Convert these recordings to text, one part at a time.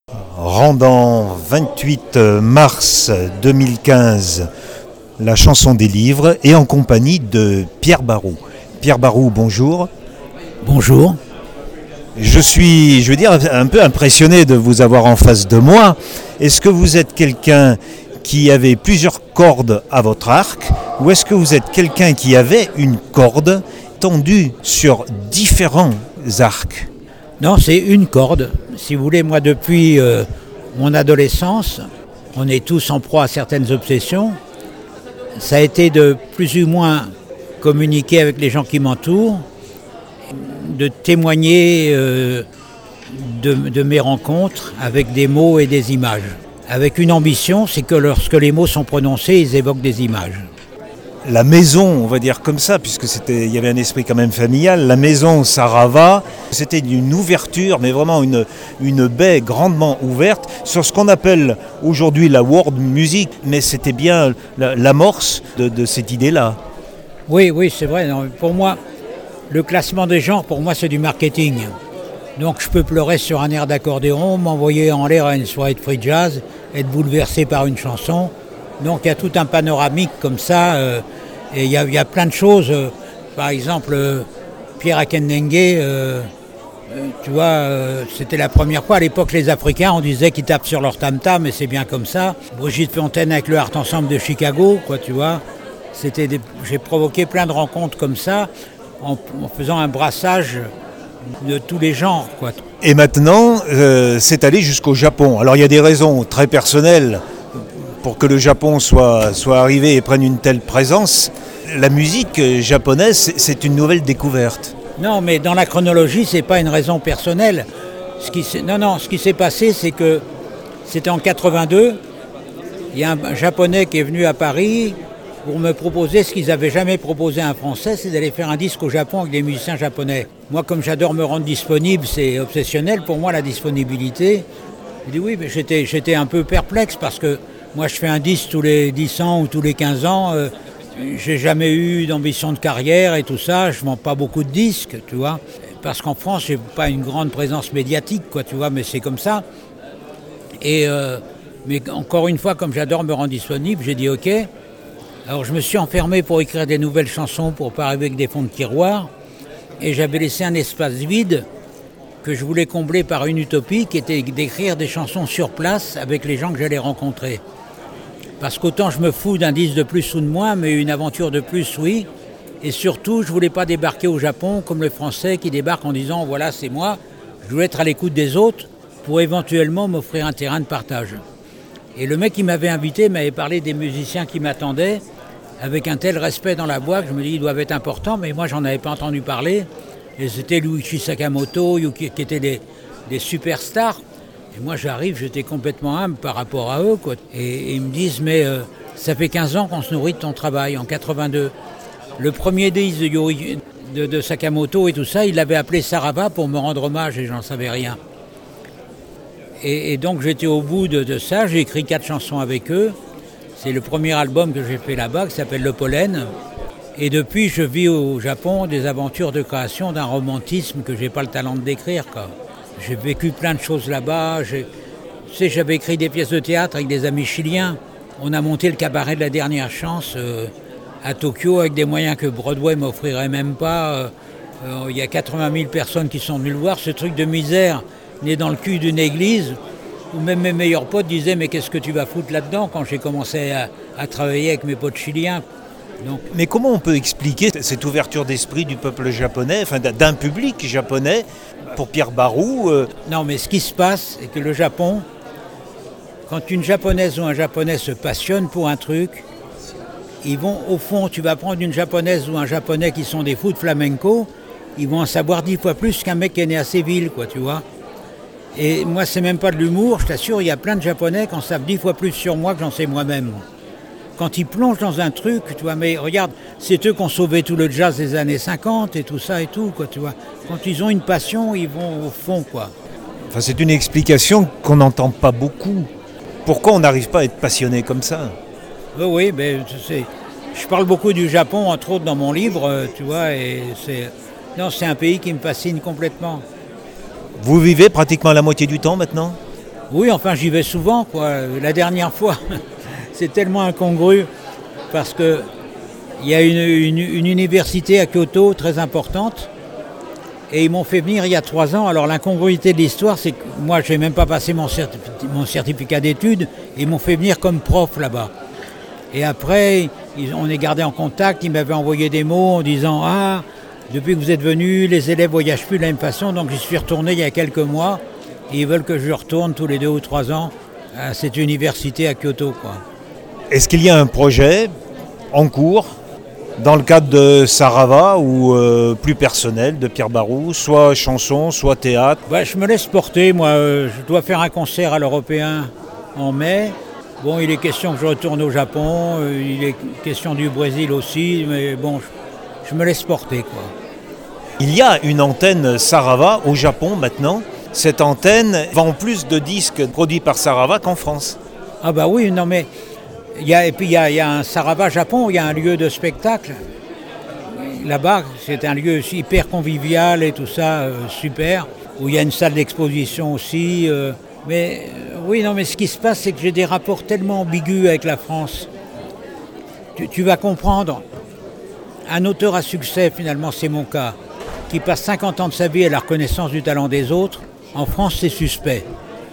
Rendant 28 mars 2015 la chanson des livres et en compagnie de Pierre Barou. Pierre Barou, bonjour. Bonjour. Je suis, un peu impressionné de vous avoir en face de moi. Est-ce que vous êtes quelqu'un qui avait plusieurs cordes à votre arc ou est-ce que vous êtes quelqu'un qui avait une corde tendue sur différents arcs ? Non, c'est une corde. Si vous voulez, moi, depuis mon adolescence, on est tous en proie à certaines obsessions. Ça a été de plus ou moins communiquer avec les gens qui m'entourent, de témoigner de mes rencontres avec des mots et des images. Avec une ambition, c'est que lorsque les mots sont prononcés, ils évoquent des images. La maison, on va dire comme ça, puisque il y avait un esprit quand même familial, la maison Sarava, c'était une ouverture, mais vraiment une baie grandement ouverte sur ce qu'on appelle aujourd'hui la world music, mais c'était bien l'amorce de cette idée-là. Oui, c'est vrai. Non, pour moi, le classement des genres, pour moi, c'est du marketing. Donc je peux pleurer sur un air d'accordéon, m'envoyer en l'air à une soirée de free jazz, être bouleversé par une chanson. Donc il y a tout un panoramique comme ça, et il y a plein de choses. Par exemple, Pierre Akendengue, tu vois, c'était la première fois. À l'époque, les Africains, on disait qu'ils tapent sur leur tam-tam, et c'est bien comme ça. Brigitte Fontaine avec le Art Ensemble de Chicago, quoi, tu vois. J'ai provoqué plein de rencontres comme ça, en faisant un brassage de tous les genres, quoi. Et maintenant, c'est allé jusqu'au Japon. Alors il y a des raisons très personnelles pour que le Japon soit arrivé et prenne une telle présence. La musique japonaise, c'est une nouvelle découverte. Non, mais dans la chronologie, c'est pas une raison personnelle. Ce qui s'est passé, c'est que c'était en 82. Il y a un Japonais qui est venu à Paris pour me proposer ce qu'ils n'avaient jamais proposé à un Français, c'est d'aller faire un disque au Japon avec des musiciens japonais. Moi, comme j'adore me rendre disponible, c'est obsessionnel pour moi la disponibilité. Je dis oui, mais j'étais un peu perplexe parce que moi, je fais un disque tous les 10 ans ou tous les 15 ans. J'ai jamais eu d'ambition de carrière et tout ça. Je vends pas beaucoup de disques, tu vois. Parce qu'en France, j'ai pas une grande présence médiatique, quoi, tu vois, mais c'est comme ça. Mais encore une fois, comme j'adore me rendre disponible, j'ai dit OK. Alors, je me suis enfermé pour écrire des nouvelles chansons pour pas arriver avec des fonds de tiroir. Et j'avais laissé un espace vide que je voulais combler par une utopie qui était d'écrire des chansons sur place avec les gens que j'allais rencontrer. Parce qu'autant je me fous d'un disque de plus ou de moins, mais une aventure de plus, oui. Et surtout, je ne voulais pas débarquer au Japon comme le Français qui débarque en disant « voilà, c'est moi ». Je voulais être à l'écoute des autres pour éventuellement m'offrir un terrain de partage. Et le mec qui m'avait invité m'avait parlé des musiciens qui m'attendaient avec un tel respect dans la boîte que je me dis « ils doivent être importants », mais moi, j'en avais pas entendu parler. Et c'était Ryuichi Sakamoto, qui étaient des superstars. Et moi, j'arrive, j'étais complètement humble par rapport à eux, quoi. Et ils me disent, mais ça fait 15 ans qu'on se nourrit de ton travail, en 82. Le premier disque de Sakamoto et tout ça, il l'avait appelé Sarava pour me rendre hommage et j'en savais rien. Et donc, j'étais au bout de ça, j'ai écrit 4 chansons avec eux. C'est le premier album que j'ai fait là-bas, qui s'appelle Le Pollen. Et depuis, je vis au Japon des aventures de création d'un romantisme que j'ai pas le talent de décrire, quoi. J'ai vécu plein de choses là-bas. J'avais écrit des pièces de théâtre avec des amis chiliens. On a monté le cabaret de la dernière chance à Tokyo avec des moyens que Broadway m'offrirait même pas. Il y a 80 000 personnes qui sont venues le voir. Ce truc de misère né dans le cul d'une église où même mes meilleurs potes disaient « mais qu'est-ce que tu vas foutre là-dedans » quand j'ai commencé à travailler avec mes potes chiliens. Donc, mais comment on peut expliquer cette ouverture d'esprit du peuple japonais, enfin d'un public japonais, pour Pierre Barou Non, mais ce qui se passe, c'est que le Japon, quand une japonaise ou un japonais se passionne pour un truc, ils vont, au fond, tu vas prendre une japonaise ou un japonais qui sont des fous de flamenco, ils vont en savoir 10 fois plus qu'un mec qui est né à Séville, quoi, tu vois. Et moi, c'est même pas de l'humour, je t'assure, il y a plein de japonais qui en savent 10 fois plus sur moi que j'en sais moi-même. Quand ils plongent dans un truc, tu vois, mais regarde, c'est eux qui ont sauvé tout le jazz des années 50 et tout ça et tout, quoi, tu vois. Quand ils ont une passion, ils vont au fond, quoi. Enfin, c'est une explication qu'on n'entend pas beaucoup. Pourquoi on n'arrive pas à être passionné comme ça ? Oui, mais je parle beaucoup du Japon, entre autres, dans mon livre, tu vois, et c'est un pays qui me fascine complètement. Vous vivez pratiquement la moitié du temps maintenant ? Oui, enfin j'y vais souvent, quoi. La dernière fois, c'est tellement incongru parce que il y a une université à Kyoto très importante et ils m'ont fait venir il y a 3 ans. Alors l'incongruité de l'histoire, c'est que moi je n'ai même pas passé mon certificat d'études et ils m'ont fait venir comme prof là-bas. Et après, on est gardé en contact, ils m'avaient envoyé des mots en disant « Ah, depuis que vous êtes venu, les élèves ne voyagent plus de la même façon, donc j'y suis retourné il y a quelques mois. Et ils veulent que je retourne tous les 2 ou 3 ans à cette université à Kyoto, quoi. » Est-ce qu'il y a un projet en cours dans le cadre de Sarava ou plus personnel de Pierre Barou, soit chanson, soit théâtre? Je me laisse porter, moi. Je dois faire un concert à l'Européen en mai. Bon, il est question que je retourne au Japon, il est question du Brésil aussi, mais bon, je me laisse porter, quoi. Il y a une antenne Sarava au Japon maintenant. Cette antenne vend plus de disques produits par Sarava qu'en France. Ah bah oui, non mais... il y a un Sarava Japon, il y a un lieu de spectacle. Là-bas, c'est un lieu aussi hyper convivial et tout ça, super. Où il y a une salle d'exposition aussi. Oui, non, mais ce qui se passe, c'est que j'ai des rapports tellement ambigus avec la France. Tu vas comprendre. Un auteur à succès, finalement, c'est mon cas, qui passe 50 ans de sa vie à la reconnaissance du talent des autres. En France, c'est suspect.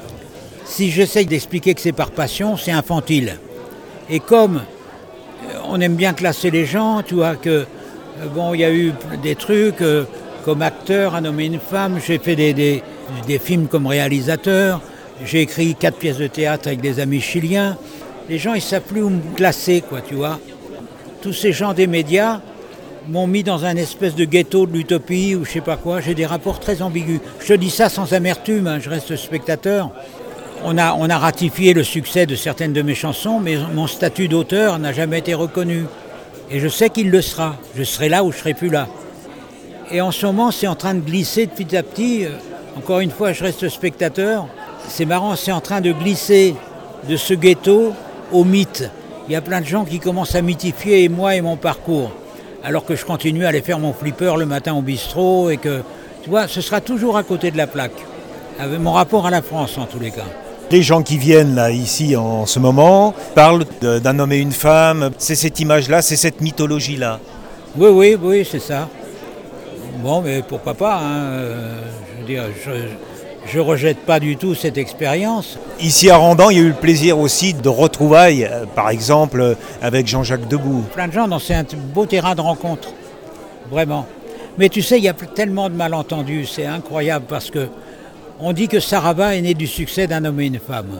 Si j'essaye d'expliquer que c'est par passion, c'est infantile. Et comme on aime bien classer les gens, tu vois que il y a eu des trucs comme acteur, Un homme et une femme, j'ai fait des films comme réalisateur, j'ai écrit 4 pièces de théâtre avec des amis chiliens. Les gens, ils savent plus où me classer, quoi, tu vois. Tous ces gens des médias m'ont mis dans un espèce de ghetto de l'utopie ou je sais pas quoi. J'ai des rapports très ambigus. Je te dis ça sans amertume, hein, je reste spectateur. On a ratifié le succès de certaines de mes chansons, mais mon statut d'auteur n'a jamais été reconnu. Et je sais qu'il le sera. Je serai là ou je serai plus là. Et en ce moment, c'est en train de glisser petit à petit. Encore une fois, je reste spectateur. C'est marrant, c'est en train de glisser de ce ghetto au mythe. Il y a plein de gens qui commencent à mythifier moi et mon parcours. Alors que je continue à aller faire mon flipper le matin au bistrot et que, tu vois, ce sera toujours à côté de la plaque. Avec mon rapport à la France, en tous les cas. Les gens qui viennent là, ici en ce moment, parlent d'un homme et une femme. C'est cette image-là, c'est cette mythologie-là. Oui, c'est ça. Bon, mais pourquoi pas, hein. Je veux dire, je rejette pas du tout cette expérience. Ici à Randan, il y a eu le plaisir aussi de retrouvailles, par exemple avec Jean-Jacques Debout. Plein de gens, c'est un beau terrain de rencontre, vraiment. Mais tu sais, il y a tellement de malentendus, c'est incroyable parce que on dit que Sarava est né du succès d'un homme et une femme.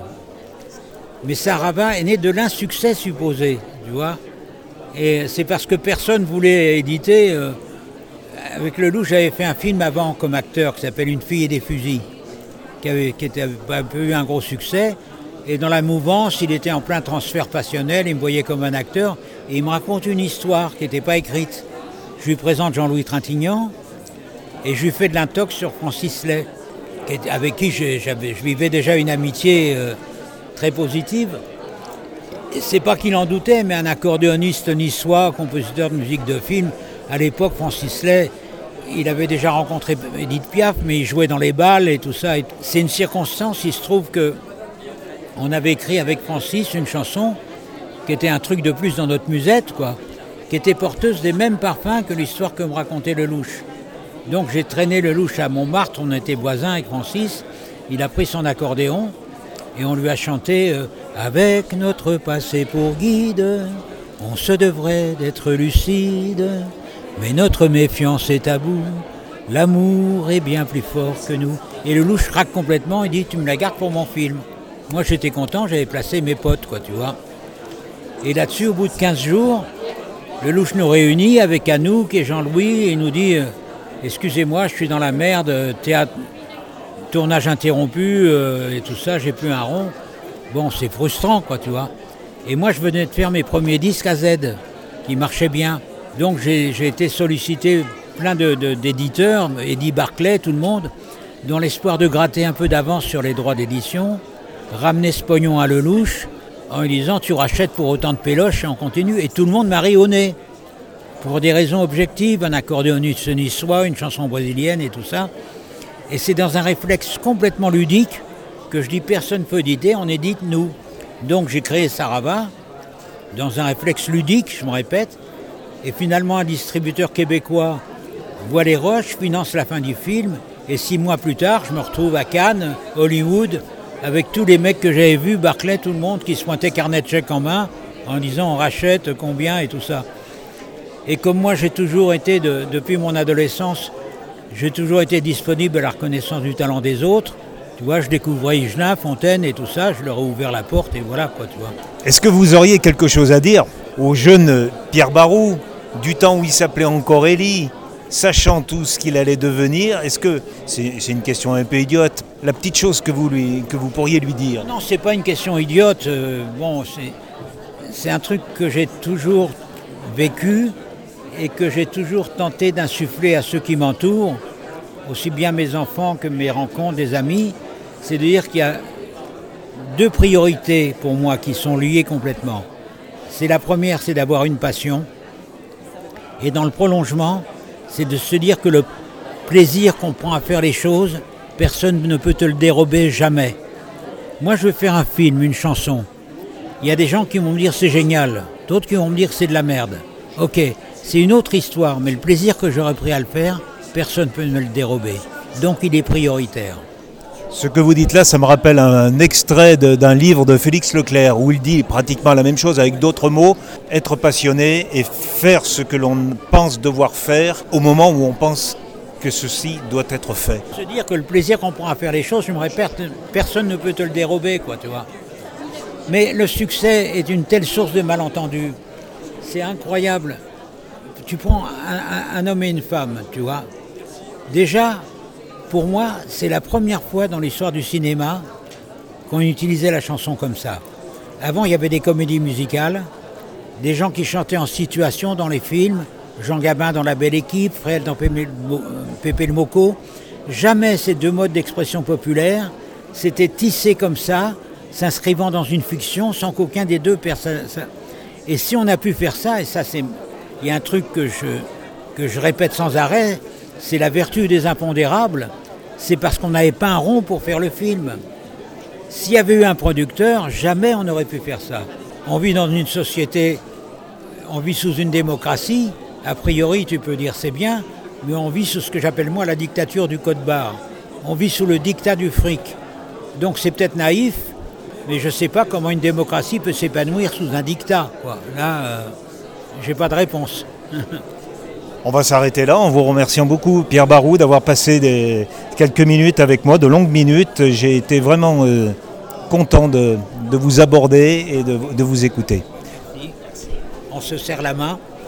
Mais Sarava est né de l'insuccès supposé, tu vois. Et c'est parce que personne voulait éditer. Avec Lelouch, j'avais fait un film avant comme acteur qui s'appelle Une fille et des fusils, qui avait eu un gros succès. Et dans la mouvance, il était en plein transfert passionnel, il me voyait comme un acteur. Et il me raconte une histoire qui n'était pas écrite. Je lui présente Jean-Louis Trintignant et je lui fais de l'intox sur Francis Lay, avec qui je vivais déjà une amitié très positive. Et c'est pas qu'il en doutait, mais un accordéoniste niçois, compositeur de musique de film, à l'époque, Francis Lay, il avait déjà rencontré Édith Piaf, mais il jouait dans les bals et tout ça. C'est une circonstance, il se trouve qu'on avait écrit avec Francis une chanson qui était un truc de plus dans notre musette, quoi, qui était porteuse des mêmes parfums que l'histoire que me racontait Lelouch. Donc j'ai traîné Lelouch à Montmartre, on était voisins avec Francis, il a pris son accordéon et on lui a chanté avec notre passé pour guide, on se devrait d'être lucide, mais notre méfiance est à bout, l'amour est bien plus fort que nous. Et Lelouch craque complètement, il dit tu me la gardes pour mon film. Moi j'étais content, j'avais placé mes potes, quoi, tu vois. Et là-dessus, au bout de 15 jours, Lelouch nous réunit avec Anouk et Jean-Louis et il nous dit excusez-moi, je suis dans la merde, théâtre, tournage interrompu et tout ça, j'ai plus un rond. Bon, c'est frustrant, quoi, tu vois. Et moi, je venais de faire mes premiers disques à Z, qui marchaient bien. Donc, j'ai été sollicité plein d'éditeurs, Eddie Barclay, tout le monde, dans l'espoir de gratter un peu d'avance sur les droits d'édition, ramener ce pognon à Lelouch, en lui disant, tu rachètes pour autant de péloches et on continue. Et tout le monde m'a ri au nez. Pour des raisons objectives, un accordéoniste niçois, une chanson brésilienne et tout ça. Et c'est dans un réflexe complètement ludique que je dis personne ne peut éditer, on édite nous. Donc j'ai créé Sarava dans un réflexe ludique, je me répète, et finalement un distributeur québécois voit les roches, finance la fin du film, et 6 mois plus tard, je me retrouve à Cannes, Hollywood, avec tous les mecs que j'avais vus, Barclay, tout le monde qui se pointait carnet de chèques en main, en disant on rachète combien et tout ça. Et comme moi j'ai toujours été, depuis mon adolescence, j'ai toujours été disponible à la reconnaissance du talent des autres. Tu vois, je découvrais Higelin, Fontaine et tout ça, je leur ai ouvert la porte et voilà quoi, tu vois. Est-ce que vous auriez quelque chose à dire au jeune Pierre Barou, du temps où il s'appelait encore Élie, sachant tout ce qu'il allait devenir? Est-ce que, c'est une question un peu idiote, la petite chose que vous pourriez lui dire? Non, c'est pas une question idiote, c'est un truc que j'ai toujours vécu et que j'ai toujours tenté d'insuffler à ceux qui m'entourent, aussi bien mes enfants que mes rencontres, des amis, c'est de dire qu'il y a 2 priorités pour moi qui sont liées complètement. C'est la première, c'est d'avoir une passion, et dans le prolongement, c'est de se dire que le plaisir qu'on prend à faire les choses, personne ne peut te le dérober jamais. Moi, je veux faire un film, une chanson. Il y a des gens qui vont me dire c'est génial, d'autres qui vont me dire c'est de la merde. Ok, c'est une autre histoire, mais le plaisir que j'aurais pris à le faire, personne ne peut me le dérober. Donc il est prioritaire. Ce que vous dites là, ça me rappelle un extrait d'un livre de Félix Leclerc où il dit pratiquement la même chose avec d'autres mots, être passionné et faire ce que l'on pense devoir faire au moment où on pense que ceci doit être fait. Se dire que le plaisir qu'on prend à faire les choses, je me répète, personne ne peut te le dérober, quoi, tu vois. Mais le succès est une telle source de malentendus. C'est incroyable. Tu prends un homme et une femme, tu vois. Déjà, pour moi, c'est la première fois dans l'histoire du cinéma qu'on utilisait la chanson comme ça. Avant, il y avait des comédies musicales, des gens qui chantaient en situation dans les films, Jean Gabin dans La Belle Équipe, Fréhel dans Pépé le Moco. Jamais ces 2 modes d'expression populaire s'étaient tissés comme ça, s'inscrivant dans une fiction sans qu'aucun des deux personne. Et si on a pu faire ça, et ça c'est, il y a un truc que je répète sans arrêt, c'est la vertu des impondérables, c'est parce qu'on n'avait pas un rond pour faire le film. S'il y avait eu un producteur, jamais on n'aurait pu faire ça. On vit dans une société, on vit sous une démocratie, a priori tu peux dire c'est bien, mais on vit sous ce que j'appelle moi la dictature du code barre. On vit sous le diktat du fric. Donc c'est peut-être naïf, mais je ne sais pas comment une démocratie peut s'épanouir sous un diktat, quoi. Là, j'ai pas de réponse. On va s'arrêter là en vous remerciant beaucoup, Pierre Barou, d'avoir passé quelques minutes avec moi, de longues minutes. J'ai été vraiment content de vous aborder et de vous écouter. On se serre la main.